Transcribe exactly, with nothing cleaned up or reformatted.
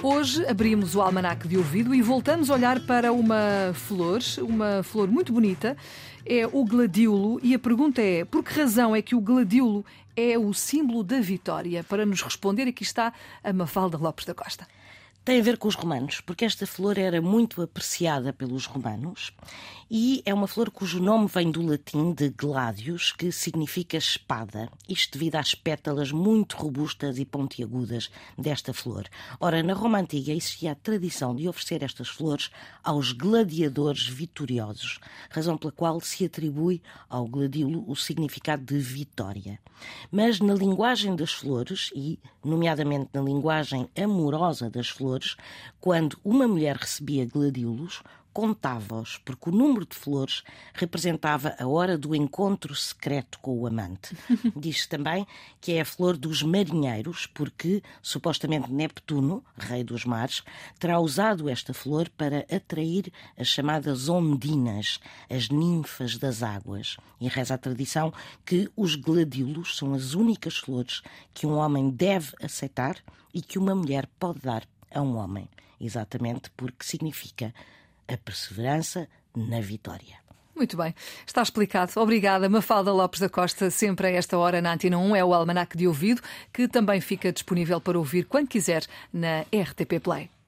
Hoje abrimos o almanaque de ouvido e voltamos a olhar para uma flor, uma flor muito bonita, é o gladiolo, e a pergunta é: por que razão é que o gladiolo é o símbolo da vitória? Para nos responder, aqui está a Mafalda Lopes da Costa. Tem a ver com os romanos, porque esta flor era muito apreciada pelos romanos e é uma flor cujo nome vem do latim de gladius, que significa espada, isto devido às pétalas muito robustas e pontiagudas desta flor. Ora, na Roma Antiga existia a tradição de oferecer estas flores aos gladiadores vitoriosos, razão pela qual se atribui ao gladiolo o significado de vitória. Mas na linguagem das flores, e nomeadamente na linguagem amorosa das flores, quando uma mulher recebia gladiolos, contava-os, porque o número de flores representava a hora do encontro secreto com o amante. Diz-se também que é a flor dos marinheiros, porque supostamente Neptuno, rei dos mares, terá usado esta flor para atrair as chamadas ondinas, as ninfas das águas. E reza a tradição que os gladiolos são as únicas flores que um homem deve aceitar e que uma mulher pode dar a um homem, exatamente porque significa a perseverança na vitória. Muito bem, está explicado. Obrigada, Mafalda Lopes da Costa, sempre a esta hora na Antena um. É o Almanaque de Ouvido, que também fica disponível para ouvir quando quiser na R T P Play.